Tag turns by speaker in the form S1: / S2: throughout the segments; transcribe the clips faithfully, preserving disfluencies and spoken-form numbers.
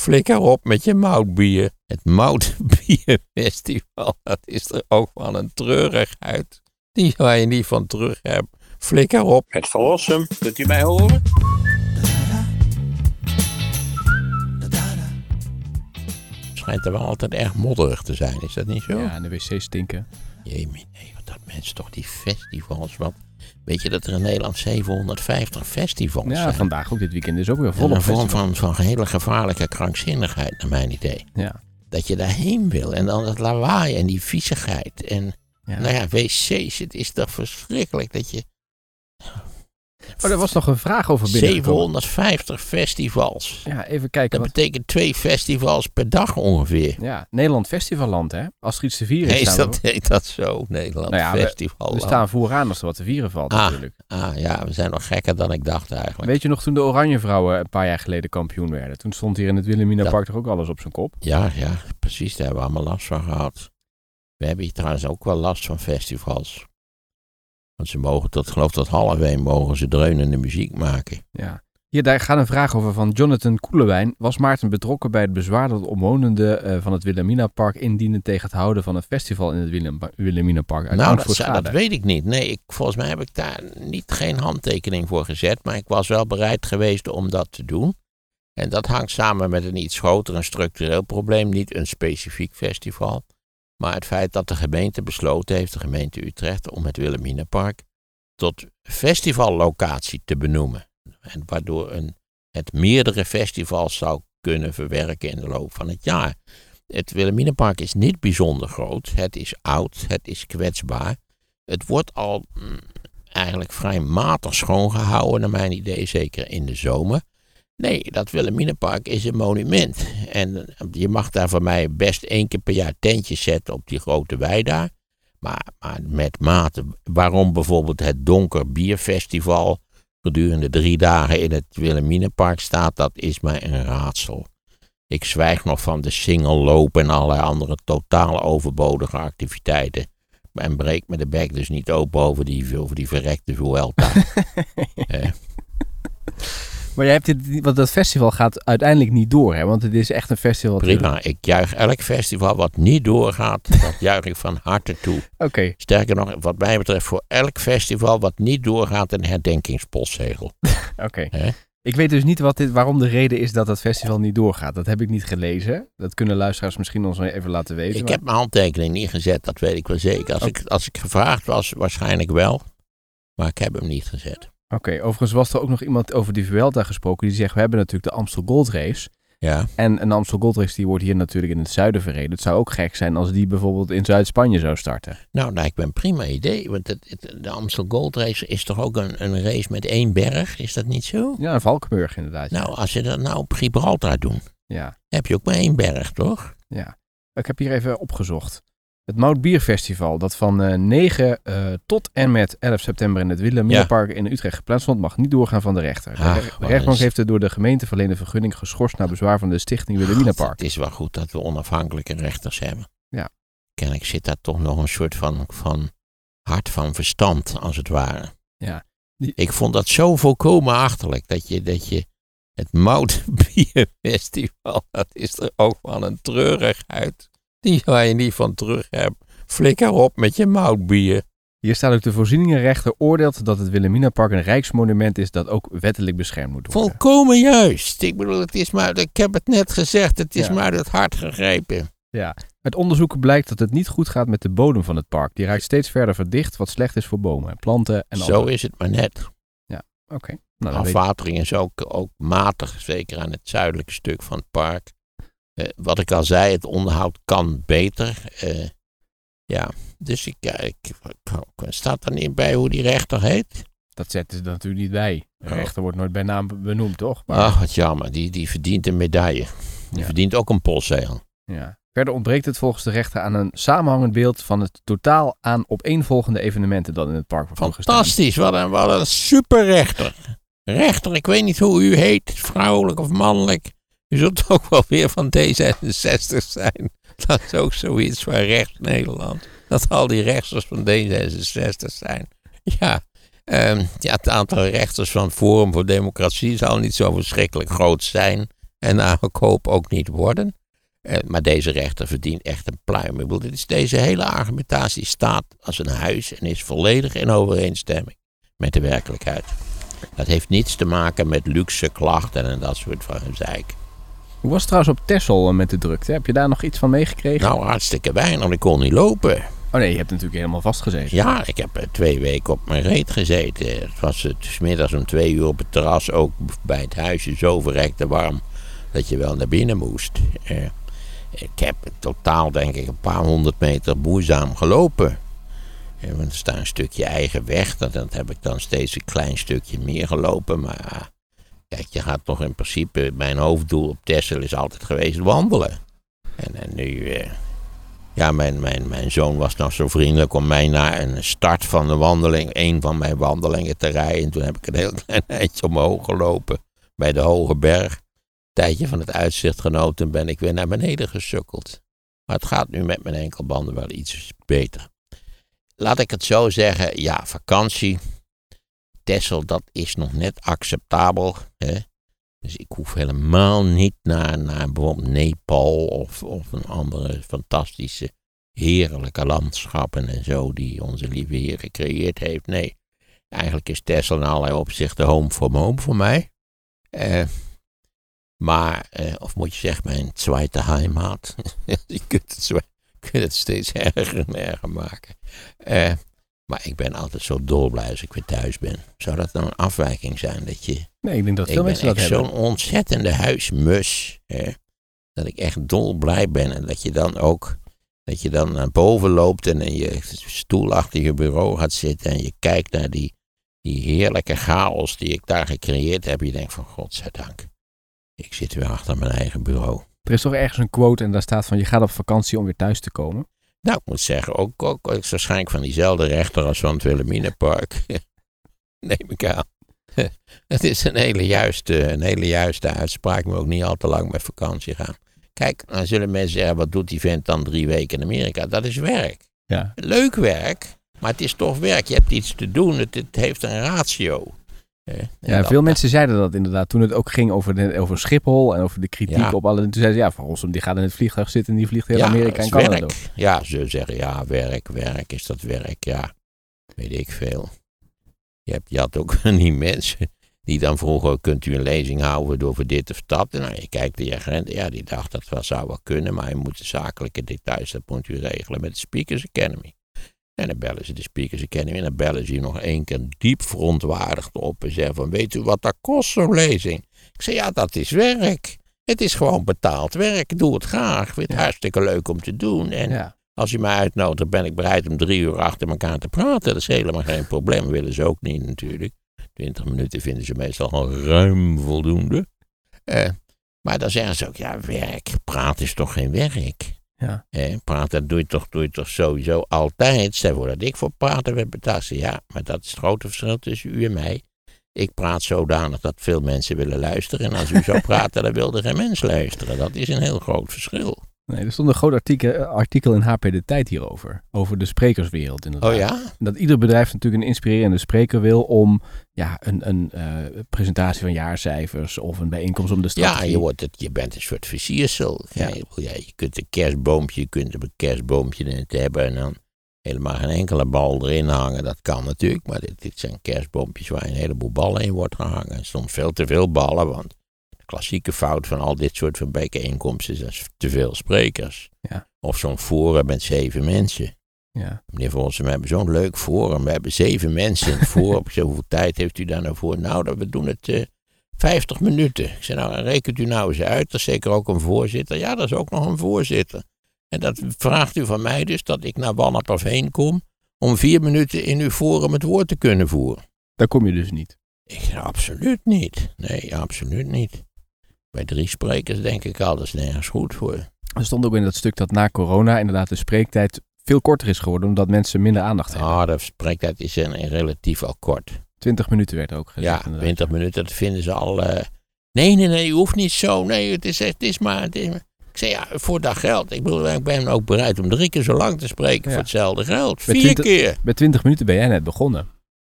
S1: Flikker op met je moutbier. Het Moutbierfestival, dat is er ook van een treurigheid die waar je niet van terug hebt. Flikker op.
S2: Het verlossen, kunt u mij horen?
S1: Het schijnt er wel altijd erg modderig te zijn, is dat niet zo?
S3: Ja, en de wc's stinken.
S1: Jemie, nee, wat dat mensen toch die festivals, wat... Weet je dat er in Nederland zevenhonderdvijftig festivals
S3: ja,
S1: zijn?
S3: Ja, vandaag ook, dit weekend is ook weer volop
S1: een vorm
S3: festival.
S1: van, van hele gevaarlijke krankzinnigheid, naar mijn idee.
S3: Ja.
S1: Dat je daarheen wil en dan het lawaai en die viezigheid. En
S3: Ja.
S1: nou ja, wc's, het is toch verschrikkelijk dat je...
S3: Oh, er was nog een vraag over binnengekomen.
S1: zevenhonderdvijftig festivals.
S3: Ja, even kijken.
S1: Dat
S3: Wat...
S1: betekent twee festivals per dag ongeveer.
S3: Ja, Nederland Festivalland, hè? Als er iets te vieren is,
S1: Nee, is
S3: staan
S1: dat,
S3: we...
S1: heet dat zo, Nederland
S3: Nou ja, we-
S1: Festival.
S3: We staan vooraan als er wat te vieren valt,
S1: ah,
S3: natuurlijk.
S1: ah, ja, we zijn nog gekker dan ik dacht eigenlijk.
S3: Weet je nog toen de Oranjevrouwen een paar jaar geleden kampioen werden? Toen stond hier in het Wilhelmina
S1: Dat-
S3: Park toch ook alles op zijn kop?
S1: Ja, ja, precies, daar hebben we allemaal last van gehad. We hebben hier trouwens ook wel last van festivals. Want ze mogen tot, geloof tot half één mogen ze dreunende muziek maken.
S3: Ja. Hier, daar gaat een vraag over van Jonathan Koelewijn. Was Maarten betrokken bij het bezwaar dat omwonenden uh, van het Wilhelmina Park indienen tegen het houden van een festival in het Willem, Wilhelmina Park? Uit
S1: Nou,
S3: angst
S1: dat,
S3: voor
S1: zou-
S3: schade.
S1: dat weet ik niet. Nee, ik, volgens mij heb ik daar niet geen handtekening voor gezet. Maar ik was wel bereid geweest om dat te doen. En dat hangt samen met een iets groter en structureel probleem. Niet een specifiek festival. Maar het feit dat de gemeente besloten heeft, de gemeente Utrecht, om het Wilhelmina Park tot festivallocatie te benoemen. En waardoor een, het meerdere festivals zou kunnen verwerken in de loop van het jaar. Het Wilhelmina Park is niet bijzonder groot. Het is oud, het is kwetsbaar. Het wordt al mm, eigenlijk vrij matig schoongehouden, naar mijn idee, zeker in de zomer. Nee, dat Wilhelmina Park is een monument. En je mag daar voor mij best één keer per jaar tentjes zetten op die grote wei daar. Maar, maar met mate. Waarom bijvoorbeeld het Donker Bierfestival gedurende drie dagen in het Wilhelmina Park staat, dat is mij een raadsel. Ik zwijg nog van de singelloop en allerlei andere totaal overbodige activiteiten. En breek me de bek dus niet open over die, over die verrekte Vuelta. eh.
S3: Maar jij hebt dit, want dat festival gaat uiteindelijk niet door, hè? Want het is echt een festival.
S1: Prima, ik juich elk festival wat niet doorgaat, dat juich ik van harte toe.
S3: Oké. Okay.
S1: Sterker nog, wat mij betreft, voor elk festival wat niet doorgaat, een herdenkingspostzegel.
S3: Oké. Okay. Ik weet dus niet wat dit, waarom de reden is dat het festival niet doorgaat. Dat heb ik niet gelezen. Dat kunnen luisteraars misschien ons even laten weten.
S1: Ik
S3: maar...
S1: heb mijn handtekening niet gezet, dat weet ik wel zeker. Als, okay. ik, als ik gevraagd was, waarschijnlijk wel. Maar ik heb hem niet gezet.
S3: Oké, okay, overigens was er ook nog iemand over die Vuelta gesproken. Die zegt, we hebben natuurlijk de Amstel Gold Race.
S1: Ja.
S3: En een Amstel Gold Race die wordt hier natuurlijk in het zuiden verreden. Het zou ook gek zijn als die bijvoorbeeld in Zuid-Spanje zou starten.
S1: Nou, lijkt me een prima idee. Want het, het, de Amstel Gold Race is toch ook een, een race met één berg? Is dat niet zo?
S3: Ja, een Valkenburg inderdaad.
S1: Nou,
S3: ja.
S1: als je dat nou op Gibraltar doet,
S3: ja.
S1: heb je ook maar één berg, toch?
S3: Ja. Ik heb hier even opgezocht. Het Moutbierfestival, dat van uh, negen uh, tot en met elf september in het Wilhelmina Park ja. in Utrecht gepland stond, mag niet doorgaan van de rechter. De,
S1: Ach,
S3: de rechtbank is... heeft de door de gemeente verleende vergunning geschorst naar bezwaar van de stichting Wilhelmina Park.
S1: Het is wel goed dat we onafhankelijke rechters hebben.
S3: Ja.
S1: Kennelijk zit daar toch nog een soort van, van hart van verstand, als het ware.
S3: Ja.
S1: Die... Ik vond dat zo volkomen achterlijk, dat je, dat je het Moutbierfestival, dat is er ook van een treurigheid die waar je niet van terug hebt. Flikker op met je moutbier.
S3: Hier staat ook de voorzieningenrechter oordeelt dat het Wilhelmina Park een rijksmonument is dat ook wettelijk beschermd moet worden.
S1: Volkomen juist. Ik bedoel, het is maar, ik heb het net gezegd, het is ja. maar uit het hart gegrepen.
S3: Ja. Uit onderzoeken blijkt dat het niet goed gaat met de bodem van het park. Die raakt steeds verder verdicht, wat slecht is voor bomen, planten en
S1: Zo andere. Is het maar net.
S3: Ja, oké. Okay. Nou,
S1: afwatering is ook, ook matig, zeker aan het zuidelijke stuk van het park. Uh, wat ik al zei, het onderhoud kan beter. Uh, ja, dus ik, ja, ik, ik staat er niet bij hoe die rechter heet?
S3: Dat zetten ze er natuurlijk niet bij. De rechter oh. wordt nooit bij naam benoemd, toch?
S1: Maar... Ach, wat jammer. Die, die verdient een medaille. Die ja. verdient ook een postzegel.
S3: Ja. Verder ontbreekt het volgens de rechter aan een samenhangend beeld van het totaal aan opeenvolgende evenementen dat in het park wordt gestaan.
S1: Fantastisch, wat een, wat een superrechter. Rechter, ik weet niet hoe u heet, vrouwelijk of mannelijk. U zult ook wel weer van D zesenzestig zijn. Dat is ook zoiets van rechts Nederland. Dat al die rechters van D zesenzestig zijn. Ja, um, ja, het aantal rechters van Forum voor Democratie zal niet zo verschrikkelijk groot zijn. en na koop ook niet worden. Uh, maar deze rechter verdient echt een pluim. Ik bedoel, dit is, deze hele argumentatie staat als een huis en is volledig in overeenstemming met de werkelijkheid. Dat heeft niets te maken met luxe klachten en dat soort van gezeik.
S3: Hoe was het trouwens op Texel met de drukte? Heb je daar nog iets van meegekregen?
S1: Nou, hartstikke weinig, want ik kon niet lopen.
S3: Oh nee, je hebt natuurlijk helemaal vastgezeten.
S1: Ja, ik heb uh, twee weken op mijn reet gezeten. Het was uh, 's middags om twee uur op het terras, ook bij het huisje zo verrekte warm dat je wel naar binnen moest. Uh, ik heb in totaal denk ik een paar honderd meter moeizaam gelopen. Uh, want er staat een stukje eigen weg, dat, dat heb ik dan steeds een klein stukje meer gelopen. Maar uh, kijk, je gaat toch in principe, mijn hoofddoel op Texel is altijd geweest wandelen. En, en nu... Uh, Ja, mijn, mijn, mijn zoon was nog zo vriendelijk om mij naar een start van de wandeling, een van mijn wandelingen te rijden. En toen heb ik een heel klein eindje omhoog gelopen bij de Hoge Berg. Een tijdje van het uitzicht genoten en ben ik weer naar beneden gesukkeld. Maar het gaat nu met mijn enkelbanden wel iets beter. Laat ik het zo zeggen, ja, vakantie, Texel, dat is nog net acceptabel, hè. Dus ik hoef helemaal niet naar, naar bijvoorbeeld Nepal of, of een andere fantastische, heerlijke landschappen en zo die onze lieve Heer gecreëerd heeft. Nee, eigenlijk is Texel in allerlei opzichten home from home voor mij. Uh, maar, uh, of moet je zeggen, mijn tweede heimat. je kunt het, zo, kunt het steeds erger en erger maken. Uh, maar ik ben altijd zo dolblij als ik weer thuis ben. Zou dat dan een afwijking zijn dat je...
S3: Nee, ik denk dat veel mensen dat hebben.
S1: Ik ben echt zo'n ontzettende huismus. Hè, dat ik echt dolblij ben. En dat je dan ook... Dat je dan naar boven loopt en in je stoel achter je bureau gaat zitten. En je kijkt naar die, die heerlijke chaos die ik daar gecreëerd heb. Je denkt van godzijdank. Ik zit weer achter mijn eigen bureau.
S3: Er is toch ergens een quote en daar staat van je gaat op vakantie om weer thuis te komen?
S1: Nou, ik moet zeggen, ook, ook, ook waarschijnlijk van diezelfde rechter als van het Wilhelminapark. Neem ik aan. Het is een hele, juiste, een hele juiste uitspraak, maar ook niet al te lang met vakantie gaan. Kijk, dan zullen mensen zeggen, wat doet die vent dan drie weken in Amerika? Dat is werk.
S3: Ja.
S1: Leuk werk, maar het is toch werk. Je hebt iets te doen, het, het heeft een ratio. Eh,
S3: ja,
S1: dat,
S3: veel mensen zeiden dat inderdaad toen het ook ging over, de, over Schiphol en over de kritiek
S1: ja.
S3: op alle... Toen zeiden ze, ja, Van Rossum die gaat in het vliegtuig zitten en die vliegt heel
S1: ja,
S3: Amerika en Canada door.
S1: Ja, ze zeggen, ja, werk, werk, is dat werk? Ja, weet ik veel. Je, hebt, je had ook die mensen die dan vroegen, kunt u een lezing houden over dit of dat? En nou, je kijkt de agenda, ja, die dacht dat wel zou wel kunnen, maar je moet de zakelijke details, dat moet u regelen met de Speakers Academy. En dan bellen ze de Speakers Academy en dan bellen ze je nog één keer diep verontwaardigd op en zeggen van, weet u wat dat kost, zo'n lezing? Ik zeg, ja, dat is werk. Het is gewoon betaald werk. Ik doe het graag. Ik vind het ja. hartstikke leuk om te doen. En ja. als je mij uitnodigt, ben ik bereid om drie uur achter elkaar te praten. Dat is helemaal geen probleem. Dat willen ze ook niet natuurlijk. Twintig minuten vinden ze meestal al ruim voldoende. Uh, maar dan zeggen ze ook, ja, werk. Praten is toch geen werk?
S3: Ja.
S1: Eh, praten doe je, toch, doe je toch sowieso altijd. Stel voor dat ik voor praten werd betaald. Ja, maar dat is het grote verschil tussen u en mij. Ik praat zodanig dat veel mensen willen luisteren. En als u zou praten, dan wilde geen mens luisteren. Dat is een heel groot verschil.
S3: Nee, er stond een groot artikel, artikel in H P De Tijd hierover. Over de sprekerswereld inderdaad.
S1: Oh ja?
S3: Dat ieder bedrijf natuurlijk een inspirerende spreker wil om ja, een, een uh, presentatie van jaarcijfers of een bijeenkomst om de strategie.
S1: Ja, je, wordt het, je bent een soort versiersel. Ja. Ja, je kunt een kerstboompje, je kunt een kerstboompje in het hebben en dan helemaal geen enkele bal erin hangen. Dat kan natuurlijk, maar dit, dit zijn kerstboompjes waar een heleboel ballen in wordt gehangen. En soms veel te veel ballen, want de klassieke fout van al dit soort van bijeenkomsten is dat is te veel sprekers.
S3: Ja.
S1: Of zo'n forum met zeven mensen.
S3: Ja.
S1: Meneer Volsen, we hebben zo'n leuk forum. We hebben zeven mensen in het forum. Ik zei, hoeveel tijd heeft u daar nou voor? Nou, we doen het uh, vijftig minuten. Ik zei, nou, rekent u nou eens uit. Dat is zeker ook een voorzitter. Ja, dat is ook nog een voorzitter. En dat vraagt u van mij dus dat ik naar Wanneperf heen kom om vier minuten in uw forum het woord te kunnen voeren.
S3: Daar kom je dus niet.
S1: Ik zei, absoluut niet. Nee, absoluut niet. Bij drie sprekers denk ik al, dat is nergens goed voor.
S3: Er stond ook in dat stuk dat na corona inderdaad de spreektijd veel korter is geworden, omdat mensen minder aandacht hebben.
S1: Ah, de spreektijd is een, een relatief al kort.
S3: Twintig minuten werd ook gezegd.
S1: Ja,
S3: inderdaad.
S1: twintig minuten, dat vinden ze al... Uh, nee, nee, nee, je hoeft niet zo. Nee, het is, het is maar... Het is maar. Ik zei, ja, voor dat geld. Ik bedoel, ik ben ook bereid om drie keer zo lang te spreken ja. voor hetzelfde geld. Vier
S3: bij twintig,
S1: keer.
S3: Bij twintig minuten ben jij net begonnen.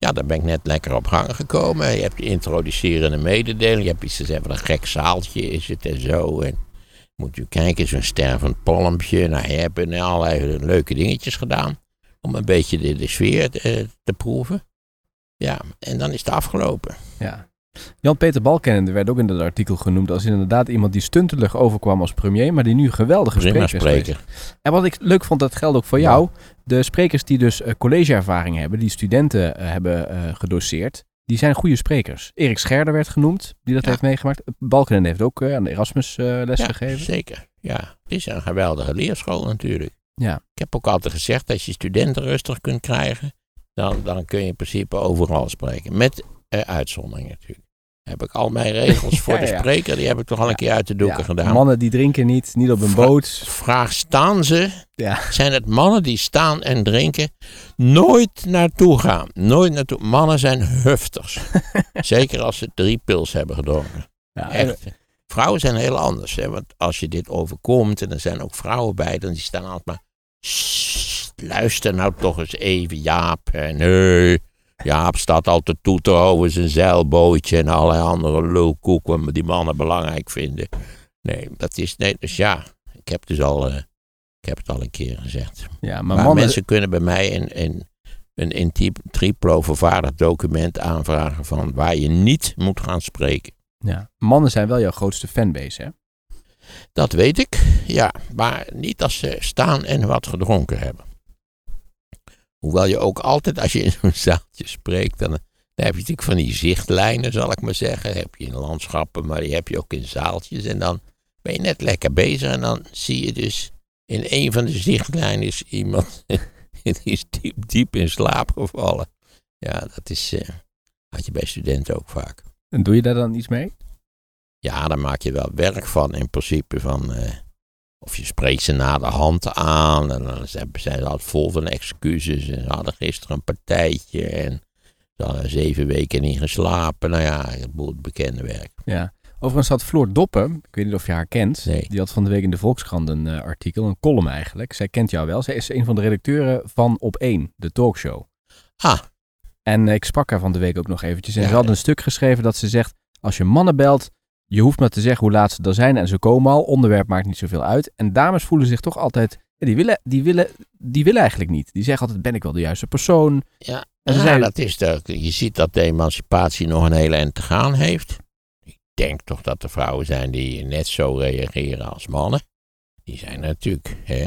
S1: Ja, daar ben ik net lekker op gang gekomen. Je hebt je introducerende mededeling. Je hebt iets gezegd van een gek zaaltje is het en zo. En moet u kijken, zo'n stervend palmpje. Nou, je hebt allerlei leuke dingetjes gedaan. Om een beetje de, de sfeer te, te proeven. Ja, en dan is het afgelopen.
S3: Ja. Jan-Peter Balkenende werd ook in dat artikel genoemd als inderdaad iemand die stuntelig overkwam als premier, maar die nu een geweldige
S1: Prima
S3: spreker is.
S1: spreker.
S3: En wat ik leuk vond, dat geldt ook voor jou. De sprekers die dus uh, collegeervaring hebben, die studenten uh, hebben uh, gedoseerd, die zijn goede sprekers. Erik Scherder werd genoemd, die dat
S1: Ja.
S3: heeft meegemaakt. Balkenende heeft ook uh, aan de Erasmus uh, les
S1: Ja,
S3: gegeven.
S1: zeker. Ja, het is een geweldige leerschool natuurlijk.
S3: Ja.
S1: Ik heb ook altijd gezegd, als je studenten rustig kunt krijgen, dan, dan kun je in principe overal spreken. Met uh, uitzondering natuurlijk. Heb ik al mijn regels voor
S3: Ja,
S1: de
S3: ja.
S1: spreker, die heb ik toch al een keer uit de doeken
S3: Ja,
S1: gedaan.
S3: Mannen die drinken niet, niet op een
S1: Vra-
S3: boot.
S1: Vraag, staan ze?
S3: Ja.
S1: Zijn het mannen die staan en drinken? Nooit naartoe gaan. Nooit naartoe. Mannen zijn hufters. Zeker als ze drie pils hebben gedronken.
S3: Ja, en-
S1: Echt. Vrouwen zijn heel anders. Hè? Want als je dit overkomt, en er zijn ook vrouwen bij, dan die staan altijd maar... "Sst, luister nou toch eens even, Jaap. En nee, Jaap staat altijd toe te houden zijn zeilbootje en allerlei andere lulkoek, wat die mannen belangrijk vinden. Nee, dat is... Nee, dus ja, ik heb dus al... Uh, ik heb het al een keer gezegd.
S3: ja, maar,
S1: Maar,
S3: mannen,
S1: mensen kunnen bij mij een, een, een in Triplo vervaardigd document aanvragen van waar je niet moet gaan spreken.
S3: ja, mannen zijn wel jouw grootste fanbase, hè?
S1: Dat weet ik, ja. Maar niet als ze staan en wat gedronken hebben. Hoewel je ook altijd, als je in zo'n zaaltje spreekt, dan, dan heb je natuurlijk van die zichtlijnen, zal ik maar zeggen. Heb je in landschappen, maar die heb je ook in zaaltjes. En dan ben je net lekker bezig en dan zie je dus in een van de zichtlijnen is iemand die is diep, diep in slaap gevallen. Ja, dat is, uh, had je bij studenten ook vaak.
S3: En doe je daar dan iets mee?
S1: Ja, daar maak je wel werk van in principe van... Uh, of je spreekt ze na de hand aan en dan zijn ze altijd vol van excuses. En ze hadden gisteren een partijtje en ze hadden zeven weken niet geslapen. Nou ja, het boel het bekende werk.
S3: Ja. Overigens had Floor Doppen, ik weet niet of je haar kent,
S1: Nee.
S3: die had van de week in de Volkskrant een uh, artikel, een column eigenlijk. Zij kent jou wel. Zij is een van de redacteuren van Op één, de talkshow.
S1: Ah,
S3: En uh, ik sprak haar van de week ook nog eventjes. En
S1: Ja,
S3: ze had
S1: ja.
S3: een stuk geschreven dat ze zegt, als je mannen belt, je hoeft maar te zeggen hoe laat ze er zijn en ze komen al. Onderwerp maakt niet zoveel uit. En dames voelen zich toch altijd, ja, die, willen, die, willen, die willen eigenlijk niet. Die zeggen altijd, ben ik wel de juiste persoon?
S1: ja,
S3: En ze
S1: ja
S3: zei-
S1: dat is de, je ziet dat de emancipatie nog een hele eind te gaan heeft. Ik denk toch dat er vrouwen zijn die net zo reageren als mannen. Die zijn natuurlijk, hè.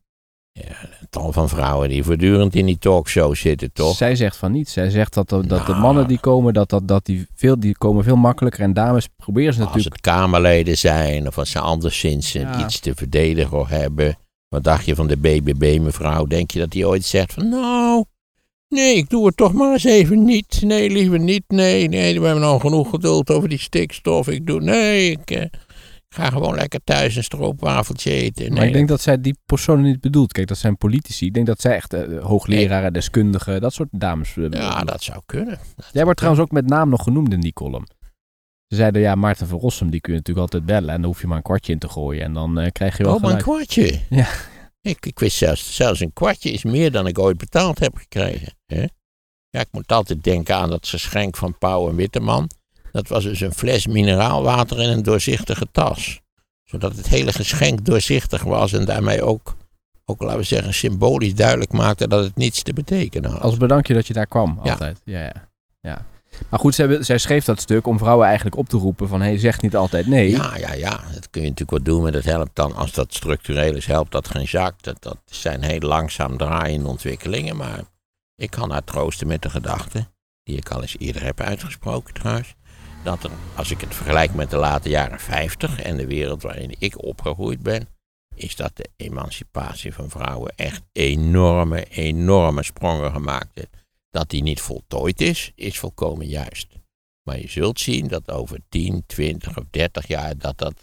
S1: Ja, een tal van vrouwen die voortdurend in die talkshow zitten, toch?
S3: Zij zegt van niet. Zij zegt dat, de, dat de
S1: Nou.
S3: mannen die komen, dat, dat, dat die, veel, die komen veel makkelijker. En dames proberen ze
S1: Als
S3: natuurlijk...
S1: het Kamerleden zijn of als ze anderszins
S3: Ja.
S1: iets te verdedigen hebben. Wat dacht je van de B B B mevrouw? Denk je dat die ooit zegt van nou, nee, ik doe het toch maar eens even niet. Nee, liever niet. Nee, nee, we hebben al genoeg geduld over die stikstof. Ik doe, nee, ik eh, ga gewoon lekker thuis een stroopwafeltje eten. Nee,
S3: Maar ik denk dat zij die personen niet bedoelt. Kijk, dat zijn politici. Ik denk dat zij echt uh, hoogleraren, deskundigen, dat soort dames... Uh,
S1: ja, dat zou kunnen. Dat
S3: Jij wordt trouwens ook met naam nog genoemd in die column. Ze zeiden, ja, Maarten van Rossum, die kun je natuurlijk altijd bellen. En dan hoef je maar een kwartje in te gooien. En dan uh, krijg je wel
S1: Oh, maar een
S3: gelijk.
S1: kwartje.
S3: Ja.
S1: Ik, ik wist zelfs, zelfs een kwartje is meer dan ik ooit betaald heb gekregen. Hè? Ja, ik moet altijd denken aan dat geschenk van Pauw en Witteman. Dat was dus een fles mineraalwater in een doorzichtige tas. Zodat het hele geschenk doorzichtig was en daarmee ook, ook laten we zeggen, symbolisch duidelijk maakte dat het niets te betekenen had.
S3: Als bedankje dat je daar kwam,
S1: Ja.
S3: altijd. Ja, ja. ja. Maar goed, zij, zij schreef dat stuk om vrouwen eigenlijk op te roepen van, hé, hey, zeg niet altijd nee.
S1: Ja, ja, ja. Dat kun je natuurlijk wat doen, maar dat helpt dan, als dat structureel is, helpt dat geen zak. Dat, dat zijn heel langzaam draaiende ontwikkelingen, maar ik kan haar troosten met de gedachte, die ik al eens eerder heb uitgesproken trouwens, dat er, als ik het vergelijk met de late jaren vijftig en de wereld waarin ik opgegroeid ben, is dat de emancipatie van vrouwen echt enorme, enorme sprongen gemaakt heeft. Dat die niet voltooid is, is volkomen juist. Maar je zult zien dat over tien, twintig of dertig jaar dat dat,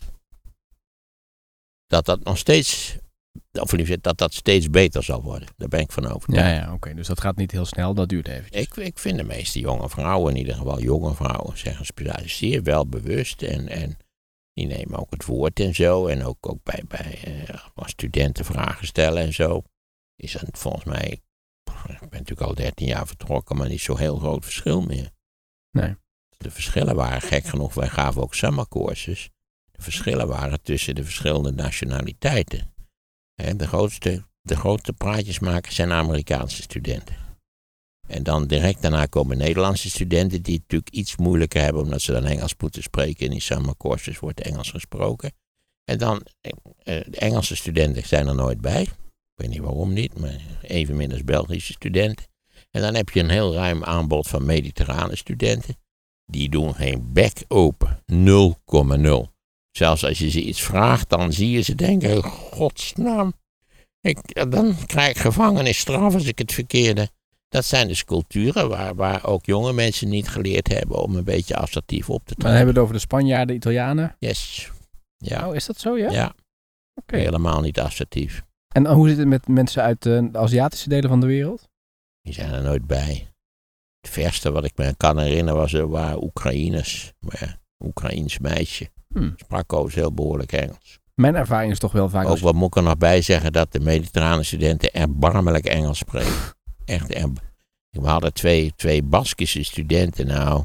S1: dat, dat nog steeds, of liever dat dat steeds beter zal worden. Daar ben ik van overtuigd.
S3: Ja, ja, oké. Okay. Dus dat gaat niet heel snel, dat duurt even.
S1: Ik, ik vind de meeste jonge vrouwen, in ieder geval jonge vrouwen, zeggen ze zeer welbewust en, en die nemen ook het woord en zo. En ook, ook bij, bij uh, als studenten vragen stellen en zo, is het volgens mij ik ben natuurlijk al dertien jaar vertrokken, maar niet zo heel groot verschil meer.
S3: Nee.
S1: De verschillen waren, gek genoeg, wij gaven ook summercourses. De verschillen waren tussen de verschillende nationaliteiten. He, de, grootste, de grootste praatjesmakers zijn Amerikaanse studenten. En dan direct daarna komen Nederlandse studenten die het natuurlijk iets moeilijker hebben omdat ze dan Engels moeten spreken. In die summercourses wordt Engels gesproken. En dan, eh, de Engelse studenten zijn er nooit bij. Ik weet niet waarom niet, maar evenmin als Belgische studenten. En dan heb je een heel ruim aanbod van mediterrane studenten. Die doen geen bek open. nul komma nul. Zelfs als je ze iets vraagt, dan zie je ze denken, godsnaam. Ik, dan krijg ik gevangenisstraf als ik het verkeerde. Dat zijn dus culturen waar, waar ook jonge mensen niet geleerd hebben om een beetje assertief op te
S3: Maar
S1: treden.
S3: dan hebben we het over de Spanjaarden, Italianen.
S1: Yes. Ja.
S3: Oh, is dat zo, ja?
S1: Ja.
S3: Oké.
S1: Helemaal niet assertief.
S3: En hoe zit het met mensen uit de Aziatische delen van de wereld?
S1: Die zijn er nooit bij. Het verste wat ik me kan herinneren was, er waren Oekraïners. Maar Oekraïens meisje.
S3: Hmm.
S1: Sprak overigens heel behoorlijk Engels.
S3: Mijn ervaring is toch wel vaak...
S1: Ook
S3: als...
S1: wat moet ik er nog bij zeggen, dat de mediterrane studenten erbarmelijk Engels spreken. Echt erbarmelijk. We hadden twee, twee Baskische studenten nou.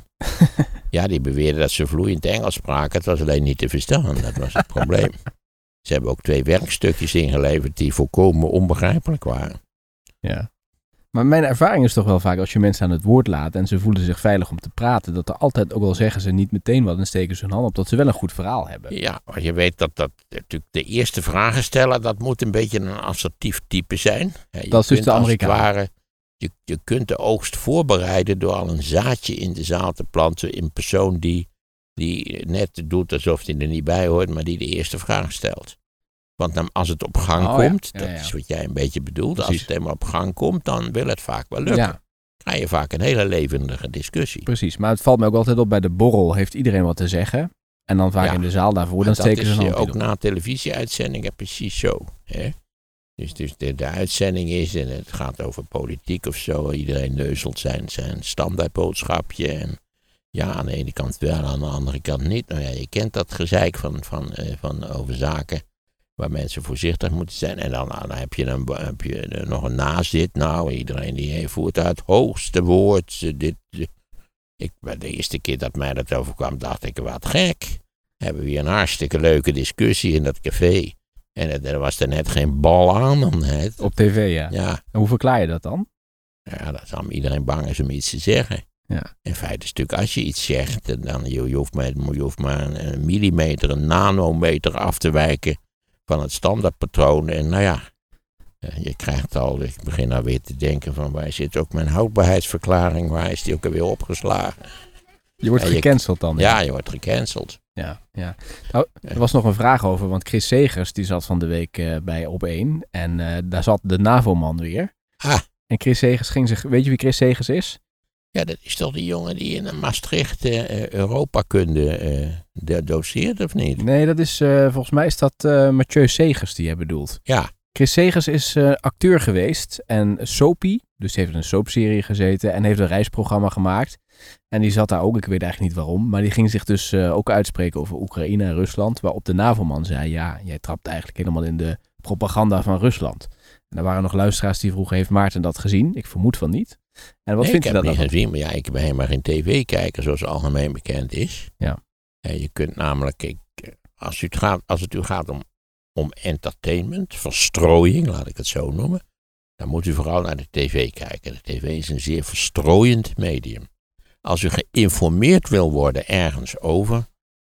S1: Ja, die beweerden dat ze vloeiend Engels spraken. Het was alleen niet te verstaan. Dat was het probleem. Ze hebben ook twee werkstukjes ingeleverd die volkomen onbegrijpelijk waren.
S3: Ja. Maar mijn ervaring is toch wel vaak als je mensen aan het woord laat en ze voelen zich veilig om te praten, dat er altijd, ook al zeggen ze niet meteen wat en steken ze hun hand op, dat ze wel een goed verhaal hebben.
S1: Ja, maar je weet dat, dat natuurlijk de eerste vragen stellen, dat moet een beetje een assertief type zijn. Ja, je
S3: Dat is dus
S1: kunt
S3: de
S1: als
S3: Amerikaan.
S1: het ware, je, je kunt de oogst voorbereiden door al een zaadje in de zaal te planten. Een persoon die, die net doet alsof hij er niet bij hoort, maar die de eerste vraag stelt. Want dan, als het op gang
S3: Oh, ja.
S1: komt,
S3: Ja,
S1: dat
S3: ja.
S1: is wat jij een beetje bedoelt,
S3: Precies.
S1: als het helemaal op gang komt, dan wil het vaak wel lukken.
S3: Ja,
S1: Krijg je vaak een hele levendige discussie.
S3: precies. Maar het valt me ook altijd op, bij de borrel heeft iedereen wat te zeggen. En dan vaak
S1: Ja.
S3: in de zaal daarvoor, dan
S1: Maar
S3: steken ze
S1: dat
S3: hun
S1: is
S3: hand
S1: eh, ook
S3: niet op.
S1: na televisieuitzendingen precies zo. Hè? Dus, dus de, de uitzending is, en het gaat over politiek of zo. Iedereen neuzelt zijn, zijn standaardboodschapje. En ja, aan de ene kant wel, aan de andere kant niet. Nou ja, je kent dat gezeik van, van, eh, van over zaken waar mensen voorzichtig moeten zijn. En dan, dan heb je, een, heb je er nog een nazit. Nou, iedereen die voert uit het hoogste woord. eh, Dit, dit. Ik, bij de eerste keer dat mij dat overkwam, dacht ik, wat gek. Hebben we hier een hartstikke leuke discussie in dat café. En er, er was er net geen bal aan. Dan, hè.
S3: Op tv, ja.
S1: Ja,
S3: En hoe verklaar je dat dan?
S1: ja, dat is allemaal iedereen bang is om iets te zeggen.
S3: Ja.
S1: In feite is natuurlijk, als je iets zegt, dan je, je, hoeft maar, je hoeft maar een, een millimeter, een nanometer af te wijken van het standaardpatroon. En nou ja, eh, je krijgt al, ik begin alweer te denken van, waar zit ook mijn houdbaarheidsverklaring? Waar is die ook alweer opgeslagen?
S3: Je wordt
S1: Ja, je-
S3: gecanceld dan.
S1: Ja, je wordt gecanceld.
S3: Ja, ja. Nou, er was nog een vraag over, want Chris Segers die zat van de week eh, bij Op één. En eh, daar zat de NAVO-man weer.
S1: Ah,
S3: En Chris Segers ging zich... Weet je wie Chris Segers is?
S1: ja, dat is toch die jongen die in Maastricht uh, Europakunde uh, de- doseert, of niet?
S3: Nee, dat is... eh, volgens mij is dat eh, Mathieu Segers die je bedoelt.
S1: Ja,
S3: Chris Segers is eh, acteur geweest en soapie. Dus die heeft in een soapserie gezeten en heeft een reisprogramma gemaakt. En die zat daar ook, ik weet eigenlijk niet waarom. Maar die ging zich dus uh, ook uitspreken over Oekraïne en Rusland. Waarop de NAVO-man zei, ja, jij trapt eigenlijk helemaal in de propaganda van Rusland. En er waren nog luisteraars die vroegen, heeft Maarten dat gezien? Ik vermoed van niet. En wat
S1: nee,
S3: vindt
S1: ik
S3: u
S1: heb
S3: dat
S1: het niet
S3: dan?
S1: gezien, maar ja, ik ben helemaal geen tv-kijker, zoals algemeen bekend is.
S3: Ja.
S1: En je kunt namelijk, ik, als, u het gaat, als het u gaat om, om entertainment, verstrooiing, laat ik het zo noemen, dan moet u vooral naar de tv kijken. De tv is een zeer verstrooiend medium. Als u geïnformeerd wil worden ergens over,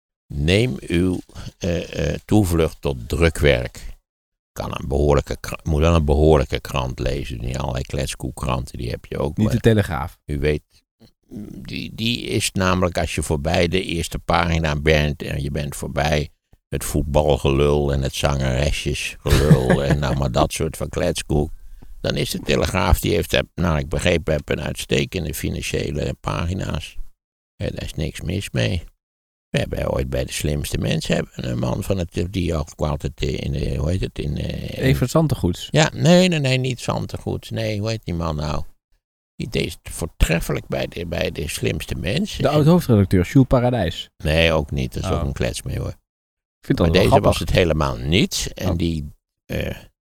S1: neem uw uh, uh, toevlucht tot drukwerk. Kan een behoorlijke, moet dan een behoorlijke krant lezen. Niet allerlei kletskoekkranten, die heb je ook.
S3: Niet de Telegraaf.
S1: U weet, die, die is namelijk als je voorbij de eerste pagina bent en je bent voorbij het voetbalgelul en het zangeresjesgelul en nou maar dat soort van kletskoek. Dan is de Telegraaf, die heeft, nou ik begrepen heb, een uitstekende financiële pagina's. Ja, daar is niks mis mee. We hebben ooit bij de slimste mensen hebben een man van het, die ook altijd in de, hoe heet het? In, in,
S3: Evert Zantegoeds.
S1: Ja, nee, nee, nee, niet Zantegoeds. Nee, hoe heet die man nou? Die deed het voortreffelijk bij de, bij de slimste mensen.
S3: De oud-hoofdredacteur, Jules Paradijs.
S1: Nee, ook niet. Dat is
S3: Oh.
S1: ook een klets mee hoor.
S3: Ik vind
S1: Maar
S3: dat wel
S1: deze
S3: grappig.
S1: was het helemaal niet. En
S3: Oh.
S1: die, uh,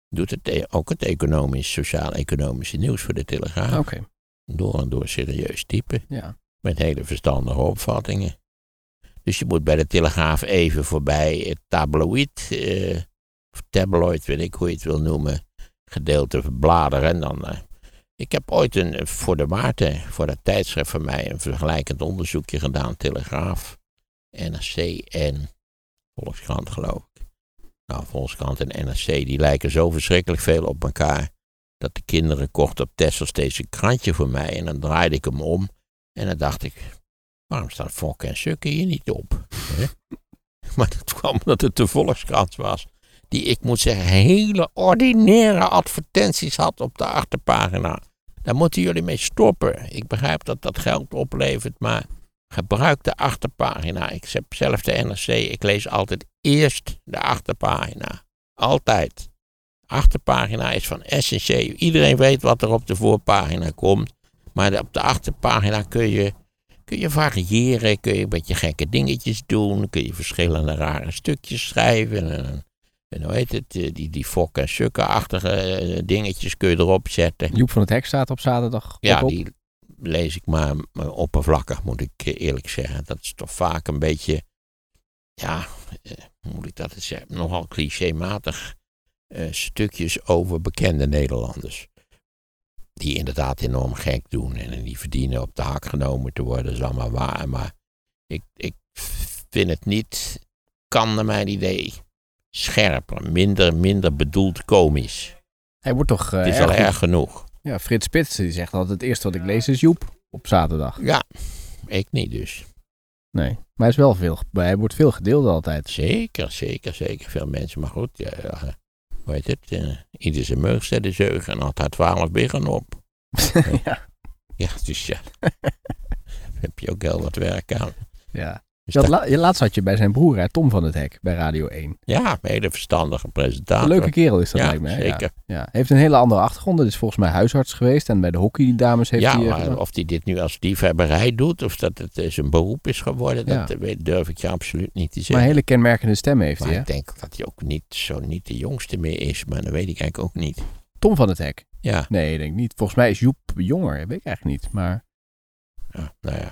S1: Doet het e- ook het economisch, sociaal-economische nieuws voor de Telegraaf.
S3: Oké. Okay.
S1: Door en door serieus type.
S3: Ja.
S1: Met hele verstandige opvattingen. Dus je moet bij de Telegraaf even voorbij het tabloïd, uh, of tabloid, weet ik hoe je het wil noemen, gedeelte bladeren. En dan, uh, ik heb ooit een, voor de Maarten, voor dat tijdschrift van mij, een vergelijkend onderzoekje gedaan. Telegraaf, N R C en Volkskrant, geloof ik. Nou, Volkskrant en N R C, die lijken zo verschrikkelijk veel op elkaar, dat de kinderen kochten op Texel steeds een krantje voor mij. En dan draaide ik hem om. En dan dacht ik, waarom staat Fok en Sukke hier niet op? He? Maar dat kwam omdat het de Volkskrant was. Die, ik moet zeggen, hele ordinaire advertenties had op de achterpagina. Daar moeten jullie mee stoppen. Ik begrijp dat dat geld oplevert, maar gebruik de achterpagina. Ik heb zelf de N R C, ik lees altijd eerst de achterpagina. Altijd. De achterpagina is van essentieel. Iedereen weet wat er op de voorpagina komt. Maar op de achterpagina kun je, kun je variëren, kun je een beetje gekke dingetjes doen, kun je verschillende rare stukjes schrijven. En, en hoe heet het, die, die Fok en Sukke-achtige dingetjes kun je erop zetten.
S3: Joep van het Hek staat op zaterdag.
S1: Ja,
S3: op.
S1: die lees ik maar, maar oppervlakkig, moet ik eerlijk zeggen. Dat is toch vaak een beetje, ja, hoe moet ik dat eens zeggen, nogal clichématig uh, stukjes over bekende Nederlanders. Die inderdaad enorm gek doen en die verdienen op de hak genomen te worden, dat is allemaal waar. Maar ik, ik vind het niet, kan naar mijn idee, scherper, minder, minder bedoeld komisch.
S3: Hij wordt toch uh,
S1: het is
S3: erg
S1: al
S3: goed.
S1: erg genoeg.
S3: Ja, Frits Spits die zegt altijd, het eerste wat ik lees is Joep op zaterdag.
S1: Ja, ik niet dus.
S3: Nee, maar hij is wel veel, hij wordt veel gedeeld altijd.
S1: Zeker, zeker, zeker. Veel mensen, maar goed, ja, ja. Hoe heet het? Uh, ieder zijn meug zet de zeugen en had haar twaalf biggen op.
S3: ja.
S1: Ja, dus ja. Heb je ook heel wat werk aan.
S3: Ja.
S1: Dus
S3: dat
S1: dat,
S3: la- laatst had je bij zijn broer, hè, Tom van het Hek, bij Radio één.
S1: ja, een hele verstandige presentator.
S3: Een leuke kerel is dat,
S1: ja,
S3: lijkt me. Hè?
S1: Zeker.
S3: Ja. Ja. Hij heeft een hele andere achtergrond. Hij is volgens mij huisarts geweest en bij de hockeydames heeft
S1: ja,
S3: hij...
S1: maar of hij dit nu als liefhebberij doet, of dat het uh, zijn beroep is geworden,
S3: Ja.
S1: dat weet, durf ik je absoluut niet te zeggen.
S3: Maar een hele kenmerkende stem heeft
S1: Maar
S3: hij, hè?
S1: ik denk dat hij ook niet zo niet de jongste meer is, maar dat weet ik eigenlijk ook niet.
S3: Tom van het Hek?
S1: Ja.
S3: Nee, ik denk niet. Volgens mij is Joep jonger, weet ik eigenlijk niet. Maar
S1: Ja, nou ja.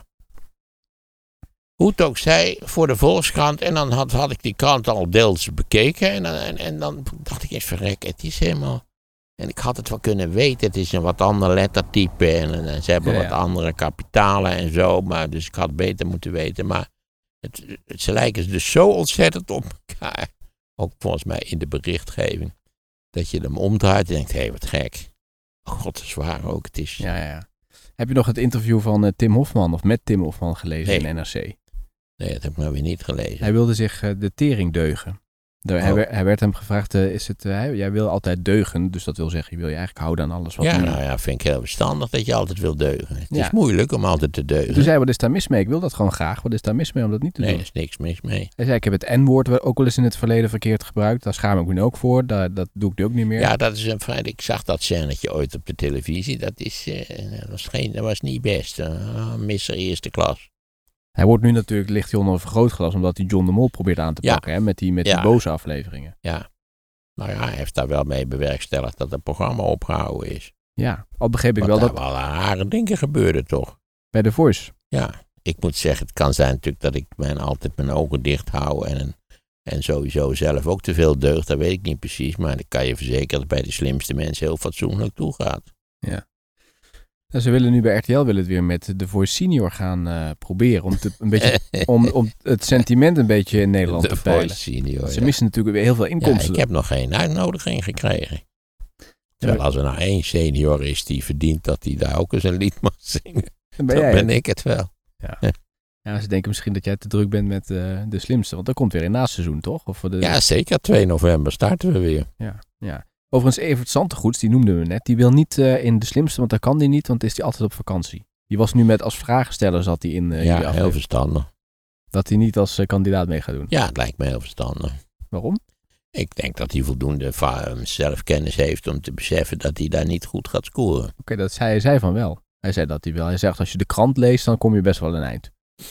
S1: Hoe het ook zij, voor de Volkskrant. En dan had, had ik die krant al deels bekeken. En, en, en dan dacht ik eens, verrek, het is helemaal... En ik had het wel kunnen weten. Het is een wat ander lettertype. En, en, en ze hebben
S3: Ja,
S1: wat
S3: ja.
S1: andere kapitalen en zo. Maar, dus ik had het beter moeten weten. Maar het, het, ze lijken dus zo ontzettend op elkaar. Ook volgens mij in de berichtgeving. Dat je hem omdraait en denkt, hé, hey, wat gek. Oh god, dat is waar ook. Het is...
S3: ja, ja, ja. Heb je nog het interview van uh, Tim Hofman of met Tim Hofman gelezen
S1: Nee.
S3: in N R C?
S1: Nee, dat heb ik nou weer niet gelezen.
S3: Hij wilde zich uh, de tering deugen. De,
S1: Oh.
S3: hij, werd, hij werd hem gevraagd, uh, is het, uh, hij- jij wil altijd deugen, dus dat wil zeggen, je wil je eigenlijk houden aan alles wat
S1: Ja,
S3: er-
S1: nou ja, vind ik heel verstandig dat je altijd wil deugen. Het
S3: Ja.
S1: is moeilijk om altijd te deugen.
S3: Toen zei hij, wat is daar mis mee? Ik wil dat gewoon graag. Wat is daar mis mee om dat niet te
S1: nee,
S3: doen?
S1: er is niks mis mee.
S3: Hij zei, ik heb het N-woord ook wel eens in het verleden verkeerd gebruikt. Daar schaam ik me nu ook voor. Daar, dat doe ik nu ook niet meer.
S1: Ja, dat is een feit. Ik zag dat scènetje ooit op de televisie. Dat, is, eh, dat, was, geen, dat was niet best. Uh, misser eerste klas.
S3: Hij wordt nu natuurlijk, ligt hij onder een vergrootglas, omdat hij John de Mol probeert aan te
S1: Ja.
S3: pakken. Hè, met die, met
S1: Ja.
S3: die boze afleveringen.
S1: Ja. Nou ja, hij heeft daar wel mee bewerkstelligd dat het programma opgehouden is.
S3: Ja, al begreep ik
S1: Want
S3: wel
S1: daar
S3: dat
S1: wel rare dingen gebeurden, toch?
S3: bij The Voice.
S1: Ja, ik moet zeggen, het kan zijn natuurlijk dat ik mijn, altijd mijn ogen dicht hou en, en sowieso zelf ook te veel deugd, dat weet ik niet precies, maar dan kan je verzekeren dat het bij de slimste mensen heel fatsoenlijk toegaat.
S3: Ja. Nou, ze willen nu bij R T L willen het weer met The Voice Senior gaan uh, proberen. Om, te, een beetje, om, om het sentiment een beetje in Nederland
S1: De
S3: te peilen.
S1: Voice Senior,
S3: Ze
S1: ja.
S3: missen natuurlijk weer heel veel
S1: Ja,
S3: inkomsten.
S1: ik heb nog geen uitnodiging gekregen. Terwijl als er nou één senior is die verdient dat hij daar ook eens een lied mag zingen,
S3: Dan ben
S1: dan
S3: jij
S1: ben
S3: het.
S1: ik het wel.
S3: Ja. Ja, ze denken misschien dat jij te druk bent met uh, de slimste. Want dat komt weer in naseizoen, toch? Of voor de...
S1: Ja, zeker. twee november starten we weer.
S3: Ja, ja. Overigens, Evert Santegoeds, die noemden we net. Die wil niet uh, in de slimste, want dat kan die niet, want is die altijd op vakantie. Die was nu met als vragensteller zat hij in uh,
S1: Ja, heel
S3: aflevering.
S1: verstandig.
S3: Dat hij niet als uh, kandidaat mee gaat doen.
S1: Ja, het lijkt me heel verstandig.
S3: Waarom?
S1: Ik denk dat hij voldoende va- zelfkennis heeft om te beseffen dat hij daar niet goed gaat scoren.
S3: Oké, okay, dat zei hij zei van wel. Hij zei dat hij wel. Hij zegt als je de krant leest, dan kom je best wel een eind.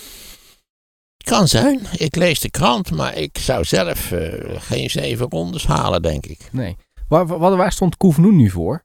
S1: Kan zijn. Ik lees de krant, maar ik zou zelf uh, geen zeven rondes halen, denk ik.
S3: Nee. Waar, waar, waar stond Koefnoen nu voor?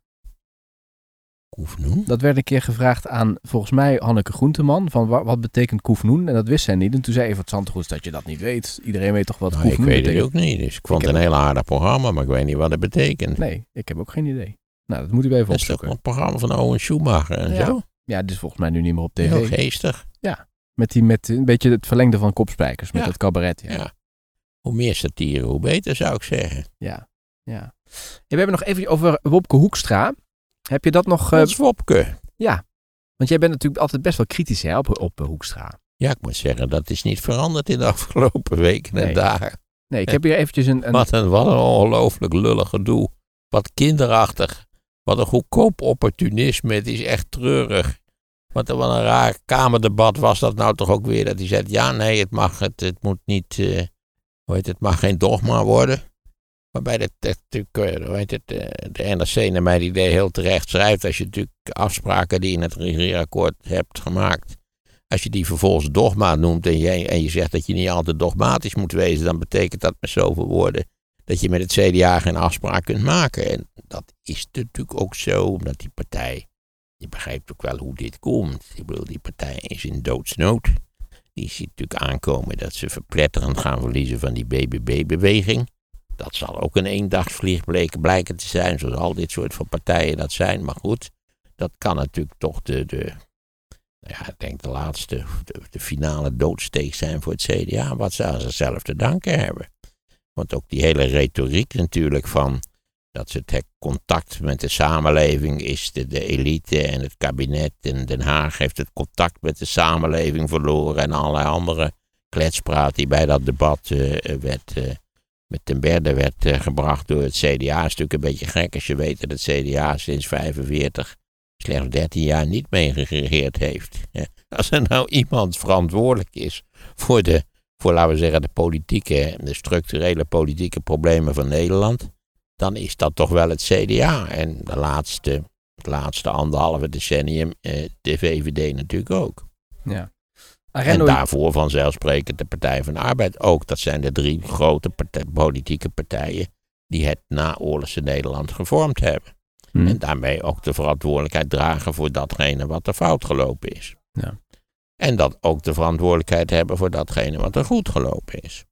S1: Koefnoen?
S3: Dat werd een keer gevraagd aan, volgens mij, Hanneke Groenteman. Van wat, wat betekent Koefnoen? En dat wist zij niet. En toen zei Evert Zandgoeds dat je dat niet weet. Iedereen weet toch wat
S1: Nou,
S3: Koefnoen
S1: ik weet
S3: betekent?
S1: het ook niet. Dus ik vond
S3: Ik
S1: het een
S3: heb-
S1: heel aardig programma, maar ik weet niet wat het betekent.
S3: Nee, ik heb ook geen idee. Nou, dat moet u even
S1: Dat is toch
S3: opzoeken.
S1: een programma van Owen Schumacher en
S3: Ja.
S1: zo?
S3: Ja, dit is volgens mij nu niet meer op
S1: Heel
S3: tv.
S1: geestig.
S3: Met, die, met een beetje het verlengde van Kopspijkers. Met
S1: Ja.
S3: het cabaret. Ja.
S1: Ja. Hoe meer satire, hoe beter, zou ik zeggen.
S3: ja. ja. En we hebben nog even over Wopke Hoekstra. Heb je dat nog... eh,
S1: Ons Wopke.
S3: ja. Want jij bent natuurlijk altijd best wel kritisch hè, op, op eh, Hoekstra.
S1: Ja, ik moet zeggen, dat is niet veranderd in de afgelopen weken en
S3: Nee.
S1: dagen.
S3: Nee, ik heb hier eventjes een... een
S1: Wat een, wat een ongelooflijk lullig gedoe. Wat kinderachtig. Wat een goedkoop opportunisme. Het is echt treurig. Wat een, wat een raar kamerdebat was dat nou toch ook weer. Dat hij zei, ja nee, het mag, het, het moet niet, uh, hoe heet het, het mag geen dogma worden. Waarbij de, de, de, hoe heet het, de N R C naar mijn idee heel terecht schrijft. Als je natuurlijk afspraken die in het regeerakkoord hebt gemaakt. Als je die vervolgens dogma noemt en je, en je zegt dat je niet altijd dogmatisch moet wezen. Dan betekent dat met zoveel woorden dat je met het C D A geen afspraak kunt maken. En dat is natuurlijk ook zo, omdat die partij, je begrijpt ook wel hoe dit komt. Ik bedoel, die partij is in doodsnood. Die ziet natuurlijk aankomen dat ze verpletterend gaan verliezen van die B B B-beweging. Dat zal ook een eendagsvlieg bleken, blijken te zijn, zoals al dit soort van partijen dat zijn. Maar goed, dat kan natuurlijk toch de, de nou ja, ik denk de laatste, de, de finale doodsteek zijn voor het C D A. Wat ze aan zichzelf te danken hebben. Want ook die hele retoriek natuurlijk van dat ze het contact met de samenleving is, de, de elite en het kabinet in Den Haag heeft het contact met de samenleving verloren en allerlei andere kletspraat die bij dat debat uh, werd, uh, met ten berde werd uh, gebracht door het C D A. Is natuurlijk een beetje gek als je weet dat het C D A sinds vijfenveertig slechts dertien jaar niet meegeregeerd heeft. Ja. Als er nou iemand verantwoordelijk is voor de voor, laten we zeggen, de politieke, de structurele politieke problemen van Nederland, dan is dat toch wel het C D A. En de laatste, het laatste anderhalve decennium eh, de V V D natuurlijk ook.
S3: ja.
S1: En
S3: Arendo,
S1: daarvoor vanzelfsprekend de Partij van de Arbeid ook. Dat zijn de drie grote partij, politieke partijen die het naoorlogse Nederland gevormd hebben.
S3: Hm.
S1: En daarmee ook de verantwoordelijkheid dragen voor datgene wat er fout gelopen is.
S3: Ja.
S1: En dat ook de verantwoordelijkheid hebben voor datgene wat er goed gelopen is.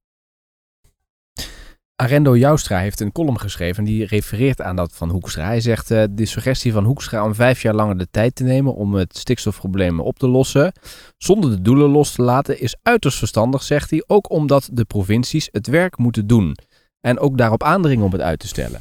S3: Arendo Joustra heeft een column geschreven en die refereert aan dat van Hoekstra. Hij zegt uh, de suggestie van Hoekstra om vijf jaar langer de tijd te nemen om het stikstofprobleem op te lossen, zonder de doelen los te laten, is uiterst verstandig, zegt hij. Ook omdat de provincies het werk moeten doen. En ook daarop aandringen om het uit te stellen.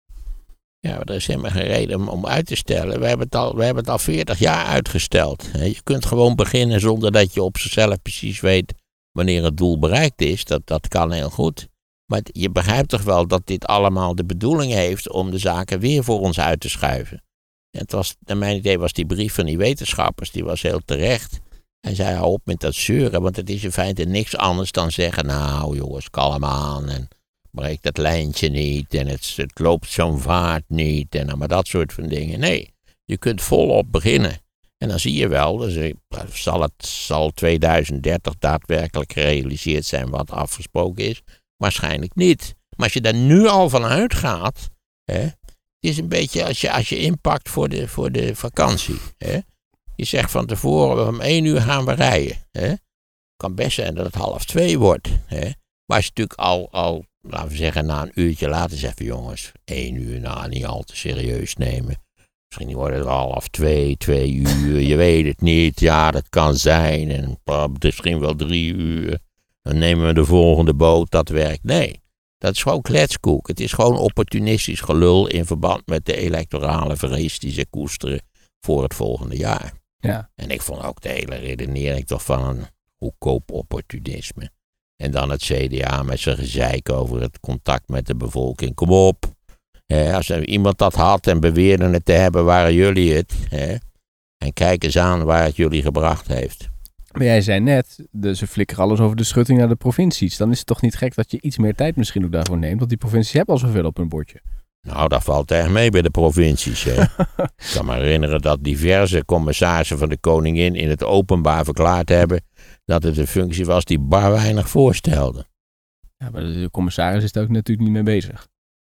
S1: Ja, maar er is helemaal geen reden om, om uit te stellen. We hebben het al, we hebben het al veertig jaar uitgesteld. Je kunt gewoon beginnen zonder dat je op zichzelf precies weet wanneer het doel bereikt is. Dat, dat kan heel goed. Maar je begrijpt toch wel dat dit allemaal de bedoeling heeft om de zaken weer voor ons uit te schuiven. En het was, naar mijn idee was die brief van die wetenschappers, die was heel terecht. En zei, hou op met dat zeuren, want het is in feite niks anders dan zeggen, nou jongens, kalm aan en breek dat lijntje niet en het, het loopt zo'n vaart niet en maar dat soort van dingen. Nee, je kunt volop beginnen. En dan zie je wel, dus zal het zal tweeduizend dertig daadwerkelijk gerealiseerd zijn wat afgesproken is. Waarschijnlijk niet. Maar als je daar nu al van uitgaat, hè, het is een beetje als je, als je inpakt voor de, voor de vakantie. Hè. Je zegt van tevoren, om één uur gaan we rijden. Hè. Kan best zijn dat het half twee wordt. Hè. Maar als je natuurlijk al, al, laten we zeggen, na een uurtje later zegt van jongens, één uur, nou niet al te serieus nemen. Misschien wordt het half twee, twee uur, je weet het niet. Ja, dat kan zijn. En misschien wel drie uur. Dan nemen we de volgende boot, dat werkt. Nee, dat is gewoon kletskoek. Het is gewoon opportunistisch gelul in verband met de electorale vrees die ze koesteren voor het volgende jaar.
S3: Ja.
S1: En ik vond ook de hele redenering toch van een goedkoop opportunisme. En dan het C D A met zijn gezeik over het contact met de bevolking. Kom op. He, als er iemand dat had en beweerde het te hebben, waren jullie het. He. En kijk eens aan waar het jullie gebracht heeft.
S3: Maar jij zei net, de, ze flikkeren alles over de schutting naar de provincies. Dan is het toch niet gek dat je iets meer tijd misschien ook daarvoor neemt. Want die provincies hebben al zoveel op hun bordje.
S1: Nou, dat valt erg mee bij de provincies. Hè. Ik kan me herinneren dat diverse commissarissen van de koningin in het openbaar verklaard hebben dat het een functie was die bar weinig voorstelde.
S3: Ja, maar de commissaris is daar ook natuurlijk niet mee bezig.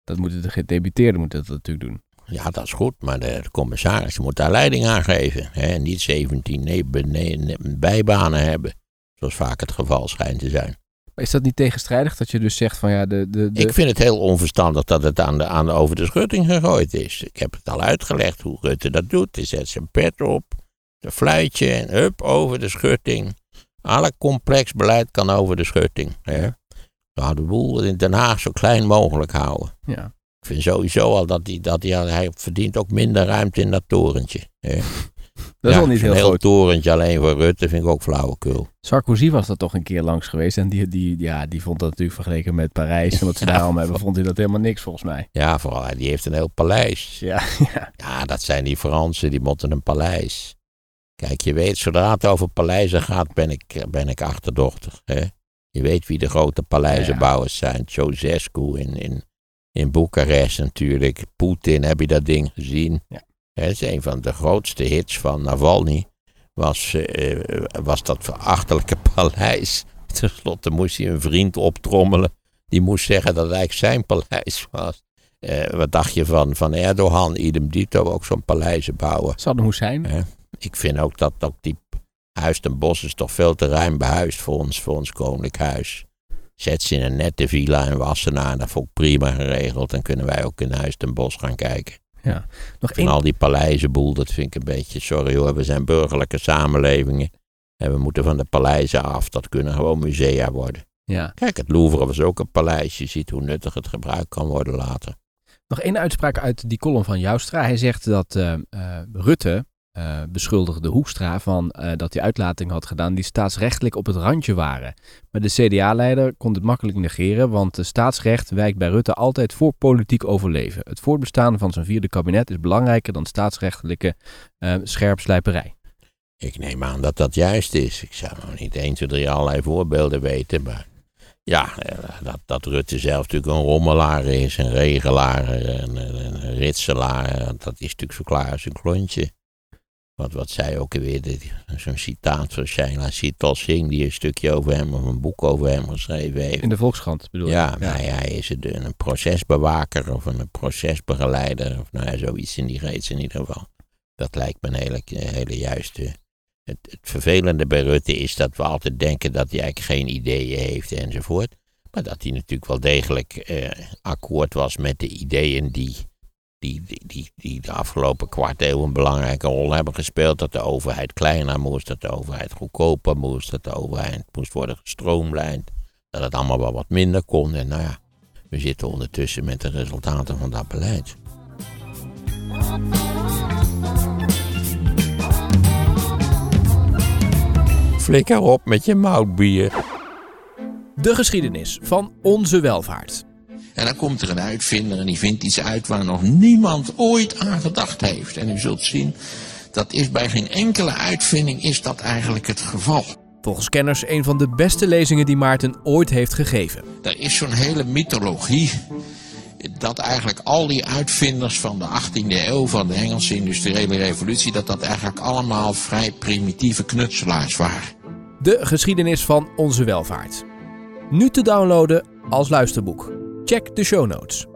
S3: Dat moeten de gedeputeerden moeten dat natuurlijk doen.
S1: Ja, dat is goed, maar de, de commissaris moet daar leiding aan geven. Hè? Niet zeventien nee, nee, nee, bijbanen hebben, zoals vaak het geval schijnt te zijn.
S3: Maar is dat niet tegenstrijdig dat je dus zegt van ja... De, de, de...
S1: Ik vind het heel onverstandig dat het aan de, aan de, over de schutting gegooid is. Ik heb het al uitgelegd hoe Rutte dat doet. Hij zet zijn pet op, een fluitje en hup, over de schutting. Alle complex beleid kan over de schutting. Hè? Nou, de boel in Den Haag zo klein mogelijk houden.
S3: Ja.
S1: Ik vind sowieso al dat hij, dat hij, hij verdient ook minder ruimte in dat torentje. Hè?
S3: Dat is
S1: ja,
S3: al niet heel
S1: een heel
S3: groot.
S1: torentje alleen voor Rutte vind ik ook flauwekul.
S3: Sarkozy was er toch een keer langs geweest. En die, die, ja, die vond dat natuurlijk vergeleken met Parijs. En wat ze
S1: Ja,
S3: daarom hebben, vond hij dat helemaal niks volgens mij.
S1: Ja, vooral hij die heeft een heel paleis.
S3: Ja, ja.
S1: Ja, dat zijn die Fransen, die moeten een paleis. Kijk, je weet, zodra het over paleizen gaat, ben ik, ben ik achterdochtig. Hè? Je weet wie de grote paleizenbouwers zijn. Ceausescu in, in, in Boekarest natuurlijk. Poetin, heb je dat ding gezien?
S3: Ja.
S1: Het is een van de grootste hits van Navalny. Was, uh, was dat verachtelijke paleis. Ten slotte moest hij een vriend optrommelen. Die moest zeggen dat het eigenlijk zijn paleis was. Uh, wat dacht je van, van Erdogan, idem dito, ook zo'n paleizen bouwen?
S3: Zal er zijn.
S1: Uh, ik vind ook dat ook die Huis ten Bosch is toch veel te ruim behuisd voor ons, voor ons koninklijk huis. Zet ze in een nette villa in Wassenaar, dat vond ik prima geregeld. Dan kunnen wij ook in Huis ten Bosch gaan kijken.
S3: Ja. Nog
S1: En één... al die paleizenboel, dat vind ik een beetje, sorry hoor, we zijn burgerlijke samenlevingen. En we moeten van de paleizen af, dat kunnen gewoon musea worden.
S3: Ja.
S1: Kijk, het Louvre was ook een paleis, je ziet hoe nuttig het gebruikt kan worden later.
S3: Nog één uitspraak uit die column van Joustra. Hij zegt dat uh, uh, Rutte uh, beschuldigde Hoekstra van uh, dat hij uitlatingen had gedaan die staatsrechtelijk op het randje waren. Maar de C D A-leider kon het makkelijk negeren, want het staatsrecht wijkt bij Rutte altijd voor politiek overleven. Het voortbestaan van zijn vierde kabinet is belangrijker dan staatsrechtelijke uh, scherpslijperij.
S1: Ik neem aan dat dat juist is. Ik zou nog niet één, twee, drie allerlei voorbeelden weten, maar ja, dat, dat Rutte zelf natuurlijk een rommelaar is, een regelaar, een, een, een ritselaar, dat is natuurlijk zo klaar als een klontje. Wat, wat zij ook weer, zo'n citaat van Shaila Sital Singh, die een stukje over hem, of een boek over hem geschreven heeft.
S3: In de Volkskrant bedoel je?
S1: Ja, ja. Nou, hij is een, een procesbewaker of een procesbegeleider, of nou ja, zoiets in die reeks in ieder geval. Dat lijkt me een hele, hele juiste. Het, het vervelende bij Rutte is dat we altijd denken dat hij eigenlijk geen ideeën heeft enzovoort. Maar dat hij natuurlijk wel degelijk eh, akkoord was met de ideeën die, die, die, die, die de afgelopen kwart eeuw een belangrijke rol hebben gespeeld. Dat de overheid kleiner moest, dat de overheid goedkoper moest, dat de overheid moest worden gestroomlijnd. Dat het allemaal wel wat minder kon. En nou ja, we zitten ondertussen met de resultaten van dat beleid. Flikker op met je moutbier.
S3: De geschiedenis van onze welvaart.
S1: En dan komt er een uitvinder en die vindt iets uit waar nog niemand ooit aan gedacht heeft. En u zult zien, dat is bij geen enkele uitvinding is dat eigenlijk het geval.
S3: Volgens kenners een van de beste lezingen die Maarten ooit heeft gegeven.
S1: Er is zo'n hele mythologie dat eigenlijk al die uitvinders van de achttiende eeuw, van de Engelse industriële revolutie, dat dat eigenlijk allemaal vrij primitieve knutselaars waren.
S3: De geschiedenis van onze welvaart. Nu te downloaden als luisterboek. Check de show notes.